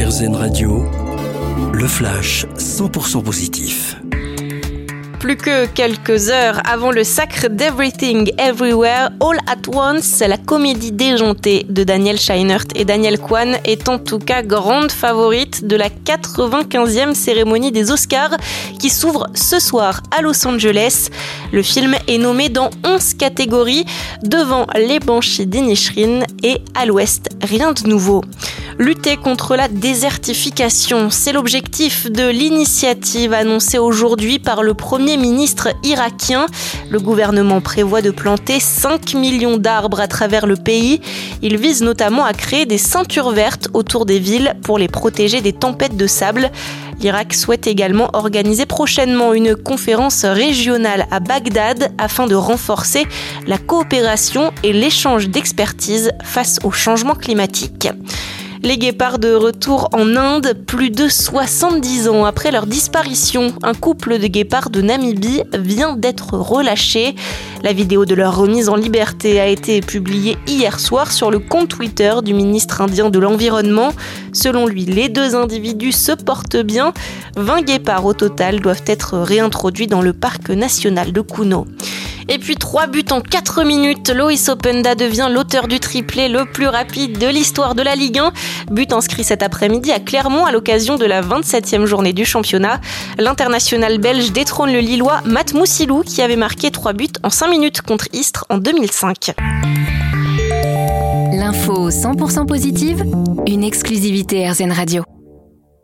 RZN Radio, le flash 100% positif. Plus que quelques heures avant le sacre d'Everything Everywhere All at Once, la comédie déjantée de Daniel Scheinert et Daniel Kwan est en tout cas grande favorite de la 95e cérémonie des Oscars qui s'ouvre ce soir à Los Angeles. Le film est nommé dans 11 catégories, devant Les Banshees d'Inisherin et À l'Ouest, rien de nouveau. Lutter contre la désertification, c'est l'objectif de l'initiative annoncée aujourd'hui par le Premier ministre irakien. Le gouvernement prévoit de planter 5 millions d'arbres à travers le pays. Il vise notamment à créer des ceintures vertes autour des villes pour les protéger des tempêtes de sable. L'Irak souhaite également organiser prochainement une conférence régionale à Bagdad afin de renforcer la coopération et l'échange d'expertise face au changement climatique. Les guépards de retour en Inde, plus de 70 ans après leur disparition. Un couple de guépards de Namibie vient d'être relâché. La vidéo de leur remise en liberté a été publiée hier soir sur le compte Twitter du ministre indien de l'Environnement. Selon lui, les deux individus se portent bien. 20 guépards au total doivent être réintroduits dans le parc national de Kuno. Et puis 3 buts en 4 minutes, Loïs Openda devient l'auteur du triplé le plus rapide de l'histoire de la Ligue 1. But inscrit cet après-midi à Clermont à l'occasion de la 27e journée du championnat. L'international belge détrône le Lillois Matt Moussilou qui avait marqué 3 buts en 5 minutes contre Istres en 2005. L'info 100% positive, une exclusivité RZN Radio.